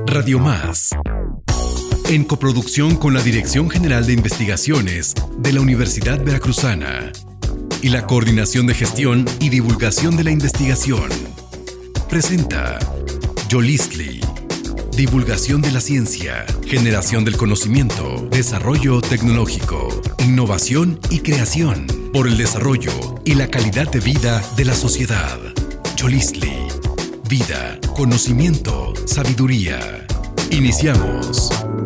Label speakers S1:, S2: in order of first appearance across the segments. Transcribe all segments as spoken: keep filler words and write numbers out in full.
S1: Radio Más, en coproducción con la Dirección General de Investigaciones de la Universidad Veracruzana y la Coordinación de Gestión y Divulgación de la Investigación, presenta Yolistli. Divulgación de la ciencia, generación del conocimiento, desarrollo tecnológico, innovación y creación por el desarrollo y la calidad de vida de la sociedad. Yolistli. Vida, conocimiento, sabiduría. Iniciamos.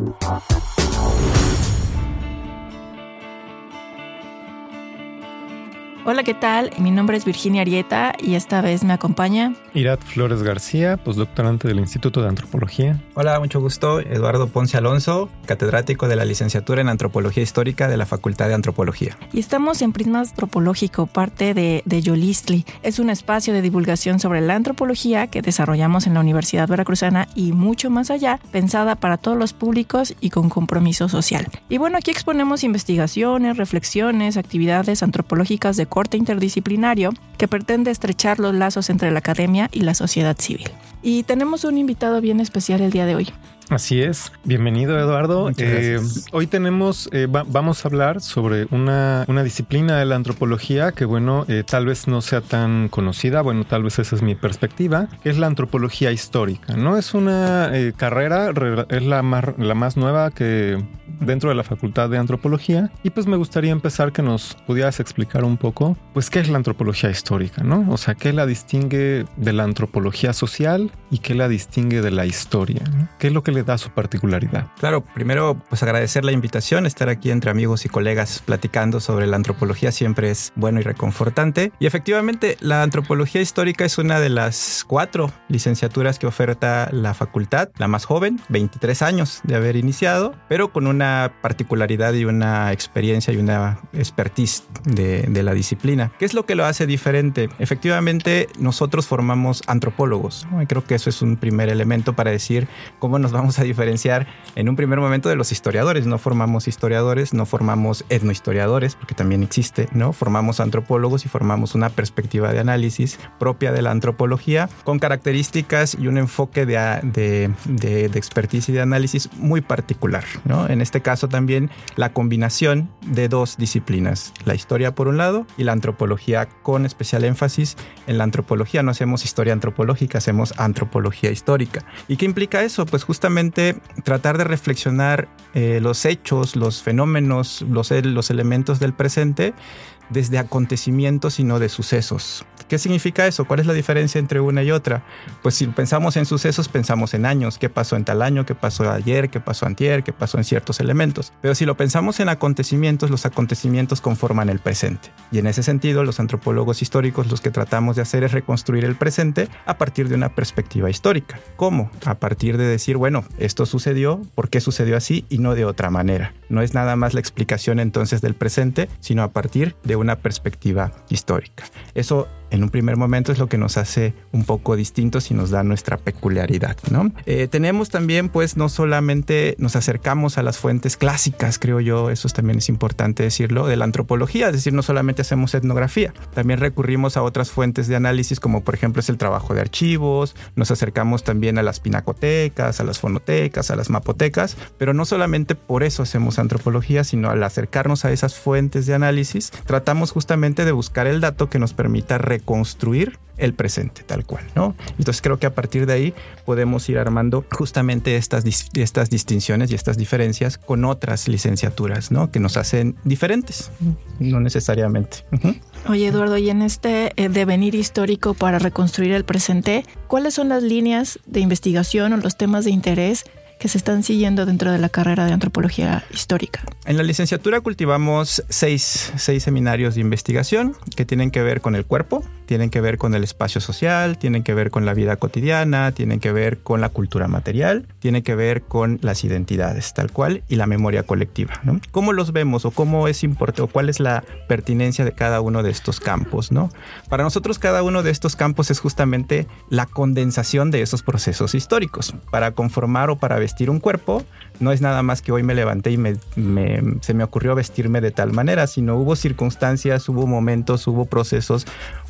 S2: Hola, ¿qué tal? Mi nombre es Virginia Arieta y esta vez me acompaña
S3: Irat Flores García, postdoctorante del Instituto de Antropología.
S4: Hola, mucho gusto. Eduardo Ponce Alonso, catedrático de la licenciatura en Antropología Histórica de la Facultad de Antropología.
S2: Y estamos en Prisma Antropológico, parte de, de Yolistli. Es un espacio de divulgación sobre la antropología que desarrollamos en la Universidad Veracruzana y mucho más allá, pensada para todos los públicos y con compromiso social. Y bueno, aquí exponemos investigaciones, reflexiones, actividades antropológicas de corte interdisciplinario que pretende estrechar los lazos entre la academia y la sociedad civil. Y tenemos un invitado bien especial el día de hoy.
S3: Así es. Bienvenido, Eduardo. Eh, hoy tenemos, eh, va, vamos a hablar sobre una, una disciplina de la antropología que, bueno, eh, tal vez no sea tan conocida. Bueno, tal vez esa es mi perspectiva, que es la antropología histórica, ¿no? Es una eh, carrera, es la más, la más nueva que dentro de la Facultad de Antropología. Y pues me gustaría empezar que nos pudieras explicar un poco, pues, qué es la antropología histórica, ¿no? O sea, qué la distingue de la antropología social y qué la distingue de la historia, ¿no? ¿Qué es lo que le da su particularidad?
S4: Claro, primero pues agradecer la invitación, estar aquí entre amigos y colegas platicando sobre la antropología siempre es bueno y reconfortante. Y efectivamente la antropología histórica es una de las cuatro licenciaturas que oferta la facultad, la más joven, veintitrés años de haber iniciado, pero con una particularidad y una experiencia y una expertise de, de la disciplina. ¿Qué es lo que lo hace diferente? Efectivamente nosotros formamos antropólogos, ¿no? Y creo que eso es un primer elemento para decir cómo nos vamos a diferenciar en un primer momento de los historiadores. No formamos historiadores, no formamos etnohistoriadores, porque también existe, ¿no? Formamos antropólogos y formamos una perspectiva de análisis propia de la antropología con características y un enfoque de, de, de, de expertise y de análisis muy particular, ¿no? En este caso también la combinación de dos disciplinas, la historia por un lado y la antropología, con especial énfasis en la antropología. No hacemos historia antropológica, hacemos antropología histórica. ¿Y qué implica eso? Pues justamente tratar de reflexionar eh, los hechos, los fenómenos, los, los elementos del presente desde acontecimientos y no de sucesos. ¿Qué significa eso? ¿Cuál es la diferencia entre una y otra? Pues si pensamos en sucesos, pensamos en años. ¿Qué pasó en tal año? ¿Qué pasó ayer? ¿Qué pasó antier? ¿Qué pasó en ciertos elementos? Pero si lo pensamos en acontecimientos, los acontecimientos conforman el presente. Y en ese sentido, los antropólogos históricos los que tratamos de hacer es reconstruir el presente a partir de una perspectiva histórica. ¿Cómo? A partir de decir, bueno, esto sucedió, ¿por qué sucedió así y no de otra manera? No es nada más la explicación entonces del presente, sino a partir de una perspectiva histórica. Eso en un primer momento es lo que nos hace un poco distintos y nos da nuestra peculiaridad, ¿no? Eh, tenemos también, pues, no solamente nos acercamos a las fuentes clásicas, creo yo, eso también es importante decirlo, de la antropología, es decir, no solamente hacemos etnografía, también recurrimos a otras fuentes de análisis, como por ejemplo es el trabajo de archivos, nos acercamos también a las pinacotecas, a las fonotecas, a las mapotecas, pero no solamente por eso hacemos antropología, sino al acercarnos a esas fuentes de análisis, tratamos justamente de buscar el dato que nos permita reconstruir el presente tal cual, ¿no? Entonces creo que a partir de ahí podemos ir armando justamente estas, estas distinciones y estas diferencias con otras licenciaturas, ¿no? Que nos hacen diferentes, no necesariamente. Uh-huh.
S2: Oye, Eduardo, y en este eh, devenir histórico para reconstruir el presente, ¿cuáles son las líneas de investigación o los temas de interés que se están siguiendo dentro de la carrera de antropología histórica?
S4: En la licenciatura cultivamos seis, seis seminarios de investigación que tienen que ver con el cuerpo, tienen que ver con el espacio social, tienen que ver con la vida cotidiana, tienen que ver con la cultura material, tienen que ver con las identidades tal cual y la memoria colectiva, ¿no? ¿Cómo los vemos o cómo es importante o cuál es la pertinencia de cada uno de estos campos, ¿no? Para nosotros cada uno de estos campos es justamente la condensación de esos procesos históricos. Para conformar o para vestir un cuerpo no es nada más que hoy me levanté y me, me, se me ocurrió vestirme de tal manera, sino hubo circunstancias, hubo momentos, hubo procesos,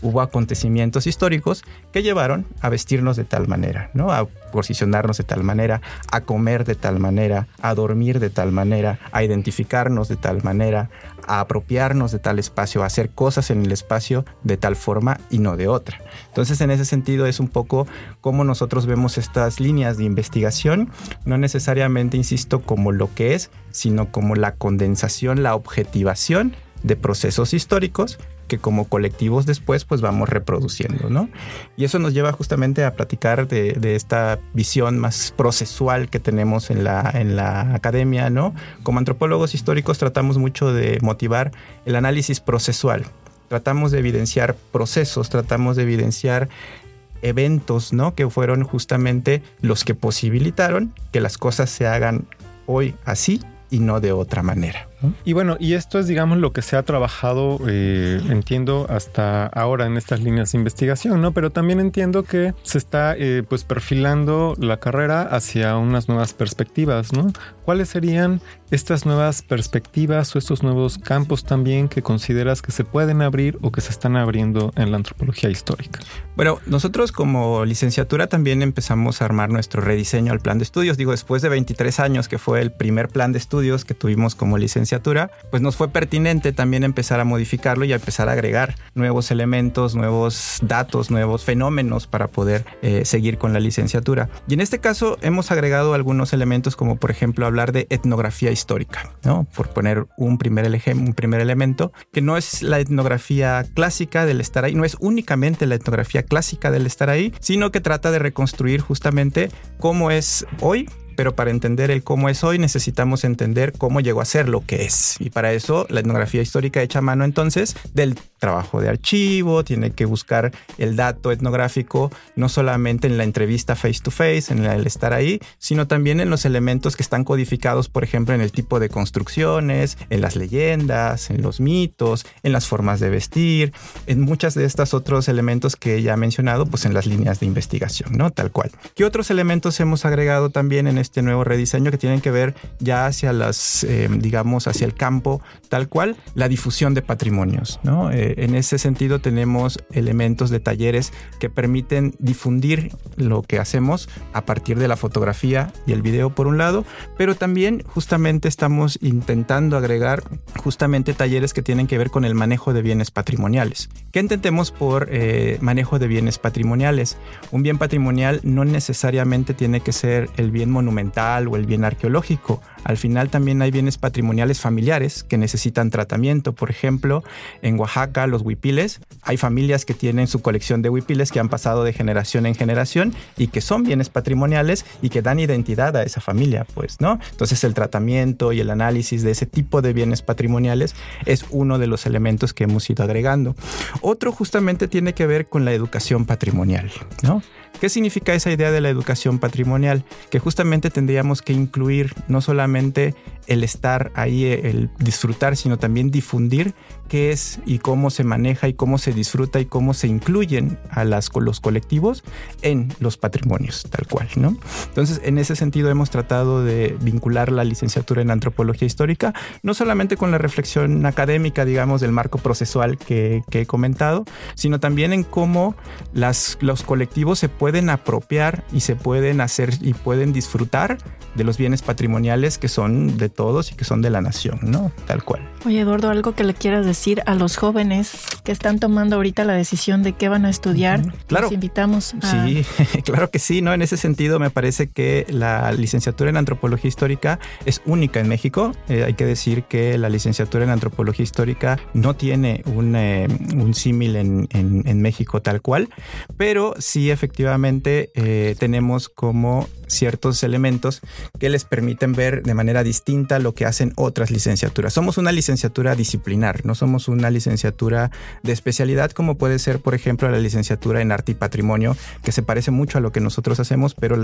S4: hubo acontecimientos históricos que llevaron a vestirnos de tal manera, ¿no? A posicionarnos de tal manera, a comer de tal manera, a dormir de tal manera, a identificarnos de tal manera, a apropiarnos de tal espacio, a hacer cosas en el espacio de tal forma y no de otra. Entonces, en ese sentido, es un poco cómo nosotros vemos estas líneas de investigación, no necesariamente, insisto, como lo que es, sino como la condensación, la objetivación de procesos históricos que como colectivos después pues vamos reproduciendo, ¿no? Y eso nos lleva justamente a platicar de, de esta visión más procesual que tenemos en la, en la academia, ¿no? Como antropólogos históricos tratamos mucho de motivar el análisis procesual. Tratamos de evidenciar procesos, tratamos de evidenciar eventos, ¿no? Que fueron justamente los que posibilitaron que las cosas se hagan hoy así y no de otra manera.
S3: Y bueno, y esto es, digamos, lo que se ha trabajado, eh, entiendo, hasta ahora en estas líneas de investigación, ¿no? Pero también entiendo que se está, eh, pues, perfilando la carrera hacia unas nuevas perspectivas, ¿no? ¿Cuáles serían estas nuevas perspectivas o estos nuevos campos también que consideras que se pueden abrir o que se están abriendo en la antropología histórica?
S4: Bueno, nosotros como licenciatura también empezamos a armar nuestro rediseño al plan de estudios. Digo, después de veintitrés años, que fue el primer plan de estudios que tuvimos como licenciatura, pues nos fue pertinente también empezar a modificarlo y a empezar a agregar nuevos elementos, nuevos datos, nuevos fenómenos para poder eh, seguir con la licenciatura. Y en este caso hemos agregado algunos elementos como, por ejemplo, hablar de etnografía histórica, ¿no? Por poner un primer, ele- un primer elemento, que no es la etnografía clásica del estar ahí, no es únicamente la etnografía clásica del estar ahí, sino que trata de reconstruir justamente cómo es hoy. Pero para entender el cómo es hoy necesitamos entender cómo llegó a ser lo que es. Y para eso la etnografía histórica echa mano entonces del trabajo de archivo, tiene que buscar el dato etnográfico no solamente en la entrevista face to face, en el estar ahí, sino también en los elementos que están codificados, por ejemplo, en el tipo de construcciones, en las leyendas, en los mitos, en las formas de vestir, en muchas de estos otros elementos que ya he mencionado, pues en las líneas de investigación, ¿no? Tal cual. ¿Qué otros elementos hemos agregado también en este nuevo rediseño que tienen que ver ya hacia las, eh, digamos, hacia el campo tal cual? La difusión de patrimonios, ¿no? Eh, en ese sentido tenemos elementos de talleres que permiten difundir lo que hacemos a partir de la fotografía y el video por un lado, pero también justamente estamos intentando agregar justamente talleres que tienen que ver con el manejo de bienes patrimoniales. ¿Qué entendemos por eh, manejo de bienes patrimoniales? Un bien patrimonial no necesariamente tiene que ser el bien monumental o el bien arqueológico. Al final también hay bienes patrimoniales familiares que necesitan tratamiento. Por ejemplo, en Oaxaca, los huipiles, hay familias que tienen su colección de huipiles que han pasado de generación en generación y que son bienes patrimoniales y que dan identidad a esa familia, pues, ¿no? Entonces el tratamiento y el análisis de ese tipo de bienes patrimoniales es uno de los elementos que hemos ido agregando. Otro justamente tiene que ver con la educación patrimonial, ¿no? ¿Qué significa esa idea de la educación patrimonial? Que justamente tendríamos que incluir no solamente el estar ahí, el disfrutar, sino también difundir qué es y cómo se maneja y cómo se disfruta y cómo se incluyen a las, los colectivos en los patrimonios, tal cual, ¿no? Entonces, en ese sentido hemos tratado de vincular la licenciatura en antropología histórica, no solamente con la reflexión académica, digamos, del marco procesual que, que he comentado, sino también en cómo las, los colectivos se pueden apropiar y se pueden hacer y pueden disfrutar de los bienes patrimoniales que son de todos y que son de la nación, ¿no? Tal cual.
S2: Oye, Eduardo, algo que le quieras decir a los jóvenes que están tomando ahorita la decisión de qué van a estudiar. Uh-huh. Claro. Los invitamos a...
S4: Sí, claro que sí, ¿no? En ese sentido me parece que la licenciatura en antropología histórica es única en México. Eh, hay que decir que la licenciatura en antropología histórica no tiene un, eh, un símil en, en, en México tal cual, pero sí efectivamente eh, tenemos como ciertos elementos que les permiten ver de manera distinta lo que hacen otras licenciaturas. Somos una licenciatura disciplinar, no somos una licenciatura de especialidad como puede ser, por ejemplo, la licenciatura en arte y patrimonio, que se parece mucho a lo que nosotros hacemos, pero el, el enfoque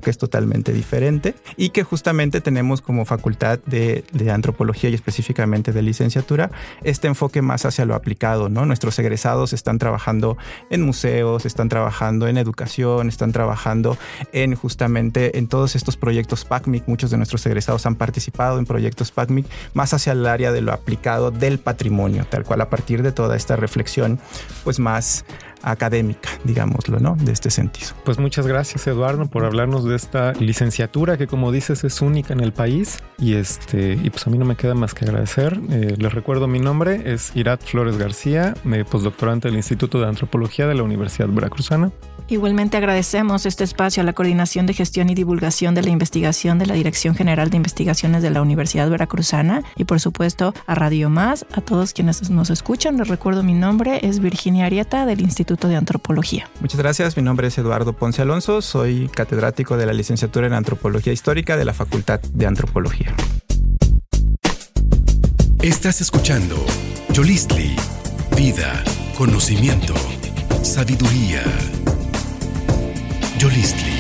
S4: enfoque es totalmente diferente y que justamente tenemos como facultad de, de antropología y específicamente de licenciatura este enfoque más hacia lo aplicado, ¿no? Nuestros egresados están trabajando en museos, están trabajando en educación, están trabajando en justamente en todos estos proyectos PACMIC. Muchos de nuestros egresados han participado en proyectos PACMIC más hacia el área de lo aplicado del patrimonio, tal cual a partir de toda esta reflexión pues más académica, digámoslo, ¿no? De este sentido.
S3: Pues muchas gracias, Eduardo, por hablarnos de esta licenciatura que, como dices, es única en el país y este y pues a mí no me queda más que agradecer. Eh, les recuerdo, mi nombre es Irat Flores García, eh, postdoctorante del Instituto de Antropología de la Universidad Veracruzana.
S2: Igualmente agradecemos este espacio a la Coordinación de Gestión y Divulgación de la Investigación de la Dirección General de Investigaciones de la Universidad Veracruzana y, por supuesto, a Radio Más, a todos quienes nos escuchan. Les recuerdo, mi nombre es Virginia Arieta del Instituto de Antropología.
S4: Muchas gracias. Mi nombre es Eduardo Ponce Alonso. Soy catedrático de la licenciatura en Antropología Histórica de la Facultad de Antropología.
S1: Estás escuchando Yolistli, vida, conocimiento, sabiduría. Yolistli.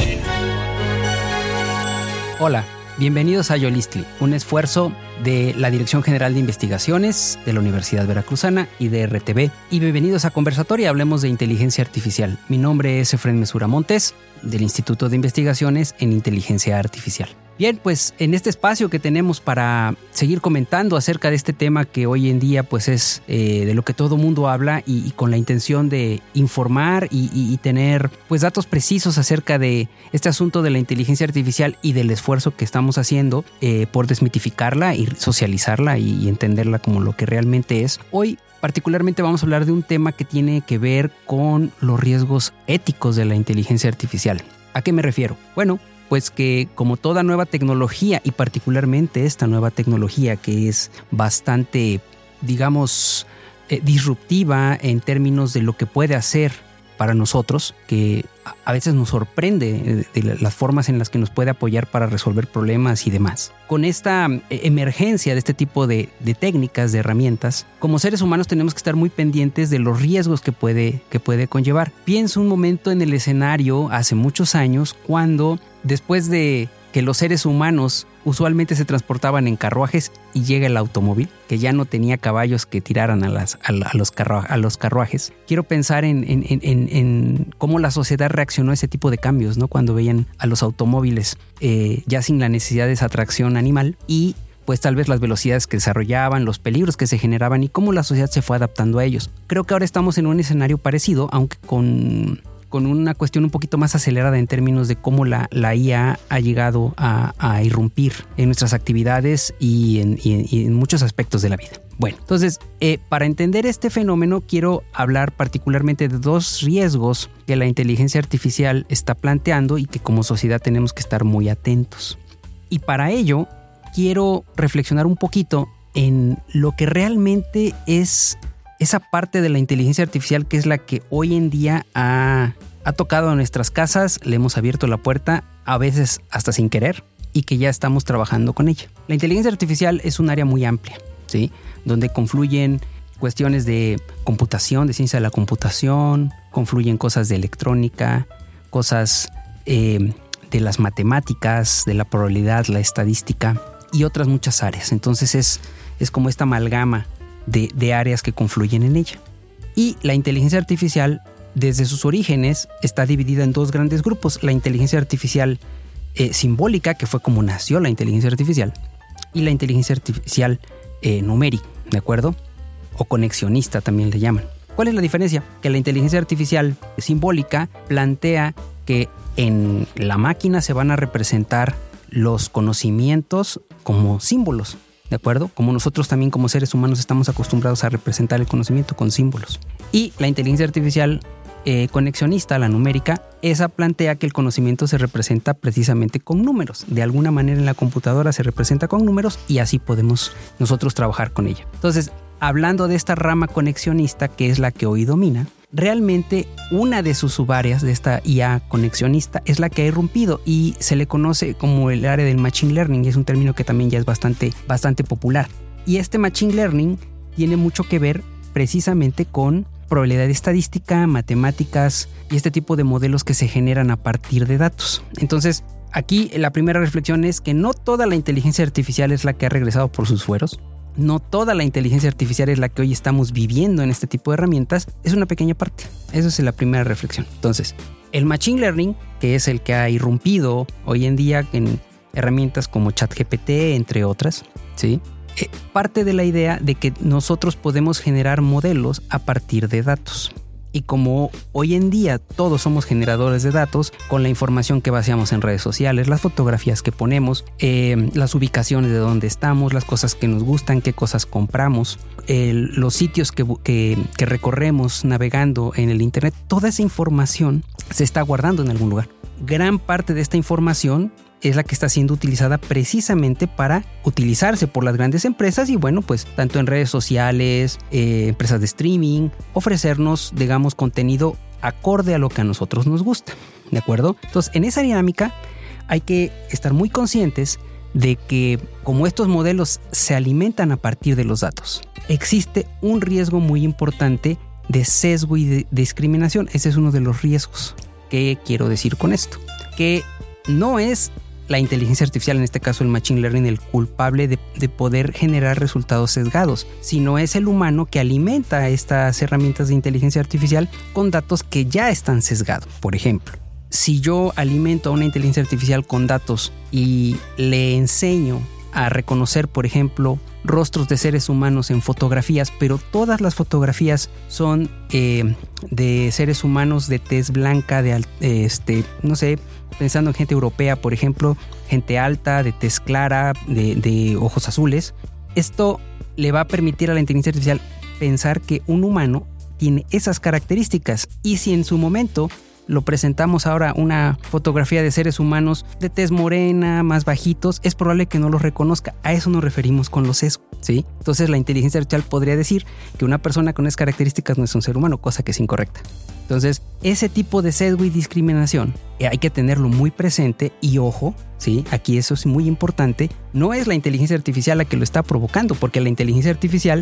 S5: Hola, bienvenidos a Yolistli, un esfuerzo de la Dirección General de Investigaciones de la Universidad Veracruzana y de R T V. Y bienvenidos a Conversatorio, hablemos de inteligencia artificial. Mi nombre es Efraín Mesura Montes, del Instituto de Investigaciones en Inteligencia Artificial. Bien, pues en este espacio que tenemos para seguir comentando acerca de este tema que hoy en día pues es eh, de lo que todo mundo habla y, y con la intención de informar y, y, y tener pues datos precisos acerca de este asunto de la inteligencia artificial y del esfuerzo que estamos haciendo eh, por desmitificarla y socializarla y, y entenderla como lo que realmente es. Hoy particularmente vamos a hablar de un tema que tiene que ver con los riesgos éticos de la inteligencia artificial. ¿A qué me refiero? Bueno, pues que como toda nueva tecnología y particularmente esta nueva tecnología que es bastante, digamos, eh, disruptiva en términos de lo que puede hacer para nosotros, que a veces nos sorprende de, de las formas en las que nos puede apoyar para resolver problemas y demás. Con esta emergencia de este tipo de, de técnicas, de herramientas, como seres humanos tenemos que estar muy pendientes de los riesgos que puede, que puede conllevar. Pienso un momento en el escenario hace muchos años cuando después de que los seres humanos usualmente se transportaban en carruajes y llega el automóvil, que ya no tenía caballos que tiraran a, las, a, a, los, carru- a los carruajes. Quiero pensar en, en, en, en cómo la sociedad reaccionó a ese tipo de cambios, ¿no? Cuando veían a los automóviles eh, ya sin la necesidad de esa tracción animal y pues tal vez las velocidades que desarrollaban, los peligros que se generaban y cómo la sociedad se fue adaptando a ellos. Creo que ahora estamos en un escenario parecido, aunque con... con una cuestión un poquito más acelerada en términos de cómo la, la I A ha llegado a, a irrumpir en nuestras actividades y en, y, en, y en muchos aspectos de la vida. Bueno, entonces, eh, para entender este fenómeno, quiero hablar particularmente de dos riesgos que la inteligencia artificial está planteando y que como sociedad tenemos que estar muy atentos. Y para ello, quiero reflexionar un poquito en lo que realmente es esa parte de la inteligencia artificial que es la que hoy en día ha, ha tocado a nuestras casas, le hemos abierto la puerta, a veces hasta sin querer, y que ya estamos trabajando con ella. La inteligencia artificial es un área muy amplia, ¿sí? Donde confluyen cuestiones de computación, de ciencia de la computación, confluyen cosas de electrónica, cosas eh, de las matemáticas, de la probabilidad, la estadística y otras muchas áreas. Entonces es, es como esta amalgama De, de áreas que confluyen en ella. Y la inteligencia artificial, desde sus orígenes, está dividida en dos grandes grupos. La inteligencia artificial eh, simbólica, que fue como nació la inteligencia artificial, y la inteligencia artificial eh, numérica, ¿de acuerdo? O conexionista también le llaman. ¿Cuál es la diferencia? Que la inteligencia artificial simbólica plantea que en la máquina se van a representar los conocimientos como símbolos. ¿De acuerdo? Como nosotros también como seres humanos estamos acostumbrados a representar el conocimiento con símbolos. Y la inteligencia artificial eh, conexionista, la numérica, esa plantea que el conocimiento se representa precisamente con números. De alguna manera en la computadora se representa con números y así podemos nosotros trabajar con ella. Entonces, hablando de esta rama conexionista, que es la que hoy domina, realmente una de sus subáreas de esta I A conexionista es la que ha irrumpido y se le conoce como el área del machine learning, y es un término que también ya es bastante, bastante popular. Y este machine learning tiene mucho que ver precisamente con probabilidad estadística, matemáticas y este tipo de modelos que se generan a partir de datos. Entonces, aquí la primera reflexión es que no toda la inteligencia artificial es la que ha regresado por sus fueros. No toda la inteligencia artificial es la que hoy estamos viviendo en este tipo de herramientas. Es una pequeña parte. Esa es la primera reflexión. Entonces, el Machine Learning, que es el que ha irrumpido hoy en día en herramientas como ChatGPT, entre otras, ¿sí? Eh, parte de la idea de que nosotros podemos generar modelos a partir de datos. Y como hoy en día todos somos generadores de datos con la información que vaciamos en redes sociales, las fotografías que ponemos, eh, las ubicaciones de dónde estamos, las cosas que nos gustan, qué cosas compramos, eh, los sitios que, que, que recorremos navegando en el internet, toda esa información se está guardando en algún lugar. Gran parte de esta información es la que está siendo utilizada precisamente para utilizarse por las grandes empresas y bueno, pues tanto en redes sociales, eh, empresas de streaming, ofrecernos, digamos, contenido acorde a lo que a nosotros nos gusta, ¿de acuerdo? Entonces, en esa dinámica hay que estar muy conscientes de que como estos modelos se alimentan a partir de los datos, existe un riesgo muy importante de sesgo y de discriminación. Ese es uno de los riesgos. ¿Qué quiero decir con esto? Que no es la inteligencia artificial, en este caso el Machine Learning, el culpable de, de poder generar resultados sesgados, sino es el humano que alimenta estas herramientas de inteligencia artificial con datos que ya están sesgados. Por ejemplo, si yo alimento a una inteligencia artificial con datos y le enseño a reconocer, por ejemplo, rostros de seres humanos en fotografías, pero todas las fotografías son eh, de seres humanos de tez blanca, de este, no sé, pensando en gente europea, por ejemplo, gente alta, de tez clara, de, de ojos azules. Esto le va a permitir a la inteligencia artificial pensar que un humano tiene esas características, y si en su momento lo presentamos ahora una fotografía de seres humanos de tez morena, más bajitos, es probable que no los reconozca. A eso nos referimos con los sesgos, ¿sí? Entonces la inteligencia artificial podría decir que una persona con esas características no es un ser humano, cosa que es incorrecta. Entonces, ese tipo de sesgo y discriminación eh, hay que tenerlo muy presente y ojo, ¿sí? Aquí eso es muy importante. No es la inteligencia artificial la que lo está provocando, porque la inteligencia artificial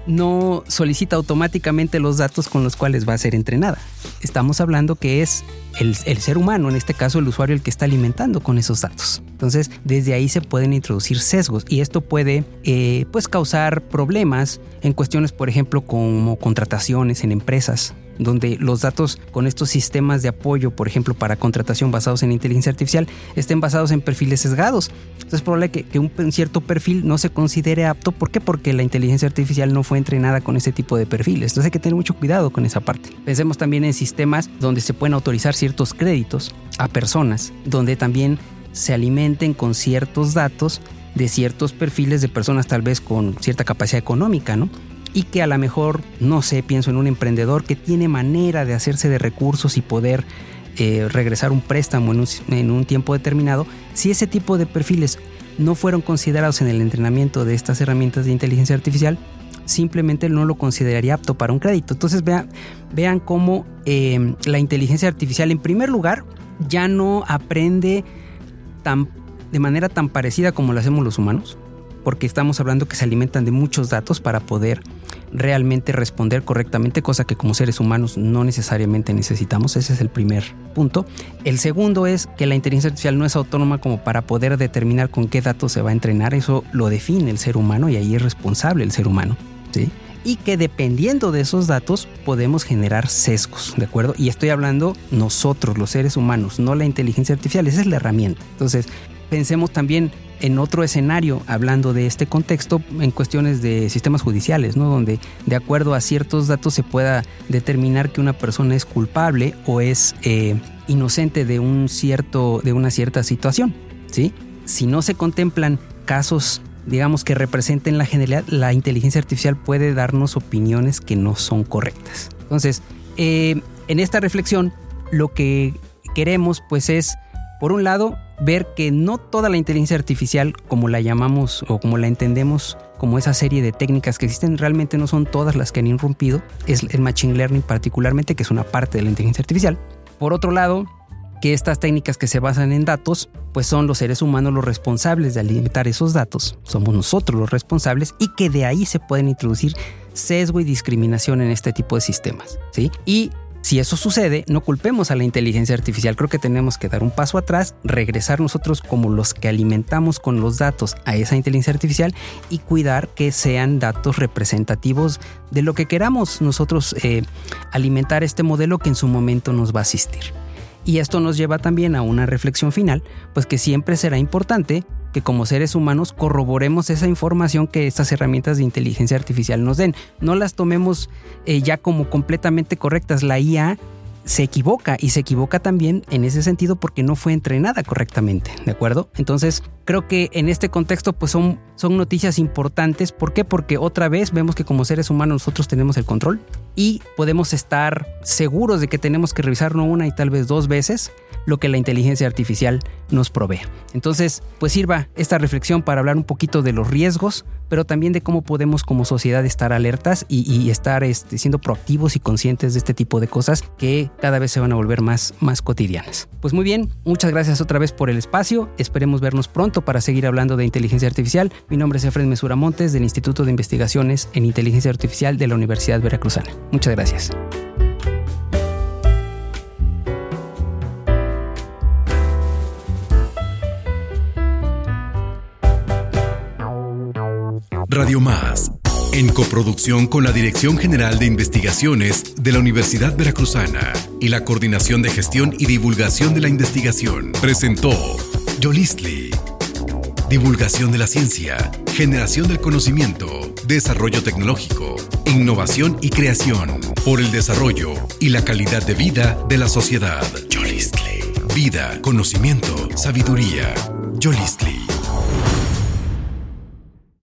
S5: no solicita automáticamente los datos con los cuales va a ser entrenada. Estamos hablando que es el, el ser humano, en este caso el usuario, el que está alimentando con esos datos. Entonces, desde ahí se pueden introducir sesgos y esto puede eh, pues causar problemas en cuestiones, por ejemplo, como contrataciones en empresas, donde los datos con estos sistemas de apoyo, por ejemplo, para contratación basados en inteligencia artificial, estén basados en perfiles sesgados. Entonces es probable que, que un, un cierto perfil no se considere apto. ¿Por qué? Porque la inteligencia artificial no fue entrenada con ese tipo de perfiles. Entonces hay que tener mucho cuidado con esa parte. Pensemos también en sistemas donde se pueden autorizar ciertos créditos a personas, donde también se alimenten con ciertos datos de ciertos perfiles de personas tal vez con cierta capacidad económica, ¿no? Y que a lo mejor, no sé, pienso en un emprendedor que tiene manera de hacerse de recursos y poder eh, regresar un préstamo en un, en un tiempo determinado. Si ese tipo de perfiles no fueron considerados en el entrenamiento de estas herramientas de inteligencia artificial, simplemente no lo consideraría apto para un crédito. Entonces vean, vean cómo eh, la inteligencia artificial, en primer lugar, ya no aprende tan, de manera tan parecida como lo hacemos los humanos, porque estamos hablando que se alimentan de muchos datos para poder realmente responder correctamente, cosa que como seres humanos no necesariamente necesitamos. Ese es el primer punto. El segundo es que la inteligencia artificial no es autónoma como para poder determinar con qué datos se va a entrenar. Eso lo define el ser humano y ahí es responsable el ser humano, ¿sí? Y que dependiendo de esos datos podemos generar sesgos, ¿de acuerdo? Y estoy hablando nosotros, los seres humanos, no la inteligencia artificial. Esa es la herramienta. Entonces, pensemos también en otro escenario, hablando de este contexto, en cuestiones de sistemas judiciales, ¿no? Donde de acuerdo a ciertos datos se pueda determinar que una persona es culpable o es eh, inocente de un cierto, de una cierta situación, ¿sí? Si no se contemplan casos, digamos, que representen la generalidad, la inteligencia artificial puede darnos opiniones que no son correctas. Entonces, eh, en esta reflexión, lo que queremos, pues, es, por un lado, ver que no toda la inteligencia artificial, como la llamamos o como la entendemos, como esa serie de técnicas que existen, realmente no son todas las que han irrumpido. Es el Machine Learning particularmente, que es una parte de la inteligencia artificial. Por otro lado, que estas técnicas que se basan en datos, pues son los seres humanos los responsables de alimentar esos datos. Somos nosotros los responsables y que de ahí se pueden introducir sesgo y discriminación en este tipo de sistemas, ¿sí? Y si eso sucede, no culpemos a la inteligencia artificial. Creo que tenemos que dar un paso atrás, regresar nosotros como los que alimentamos con los datos a esa inteligencia artificial y cuidar que sean datos representativos de lo que queramos nosotros eh, alimentar este modelo que en su momento nos va a asistir. Y esto nos lleva también a una reflexión final, pues que siempre será importante que como seres humanos corroboremos esa información que estas herramientas de inteligencia artificial nos den. No las tomemos eh, ya como completamente correctas. La I A se equivoca y se equivoca también en ese sentido porque no fue entrenada correctamente, ¿de acuerdo? Entonces, creo que en este contexto pues son, son noticias importantes. ¿Por qué? Porque otra vez vemos que como seres humanos nosotros tenemos el control y podemos estar seguros de que tenemos que revisar no una y tal vez dos veces lo que la inteligencia artificial nos provee. Entonces, pues sirva esta reflexión para hablar un poquito de los riesgos, pero también de cómo podemos como sociedad estar alertas y, y estar este, siendo proactivos y conscientes de este tipo de cosas que cada vez se van a volver más, más cotidianas. Pues muy bien, muchas gracias otra vez por el espacio. Esperemos vernos pronto para seguir hablando de inteligencia artificial. Mi nombre es Efraín Mesura Montes del Instituto de Investigaciones en Inteligencia Artificial de la Universidad Veracruzana. Muchas gracias.
S1: Radio Más, en coproducción con la Dirección General de Investigaciones de la Universidad Veracruzana y la Coordinación de Gestión y Divulgación de la Investigación, presentó Yolistli. Divulgación de la ciencia, generación del conocimiento, desarrollo tecnológico, innovación y creación, por el desarrollo y la calidad de vida de la sociedad. Yolistli. Vida, conocimiento, sabiduría. Yolistli.